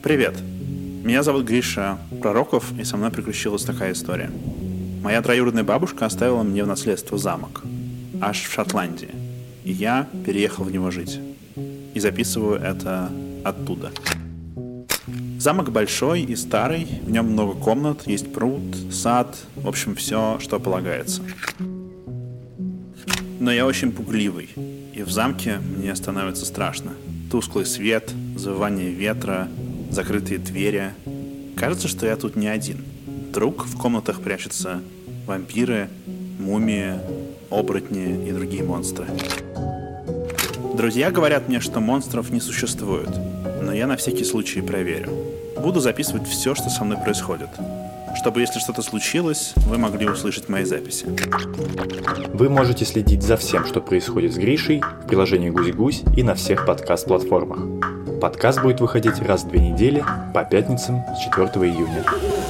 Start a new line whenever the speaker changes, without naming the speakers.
Привет, меня зовут Гриша Пророков, и со мной приключилась такая история. Моя троюродная бабушка оставила мне в наследство замок, аж в Шотландии, и я переехал в него жить. И записываю это оттуда. Замок большой и старый, в нем много комнат, есть пруд, сад, в общем, все, что полагается. Но я очень пугливый, и в замке мне становится страшно. Тусклый свет, завывание ветра, закрытые двери. Кажется, что я тут не один. Вдруг в комнатах прячутся вампиры, мумии, оборотни и другие монстры. Друзья говорят мне, что монстров не существует, но я на всякий случай проверю. Буду записывать все, что со мной происходит, чтобы, если что-то случилось, вы могли услышать мои записи.
Вы можете следить за всем, что происходит с Гришей в приложении Гусь-Гусь и на всех подкаст-платформах. Подкаст будет выходить раз в 2 недели по пятницам с 4 июня.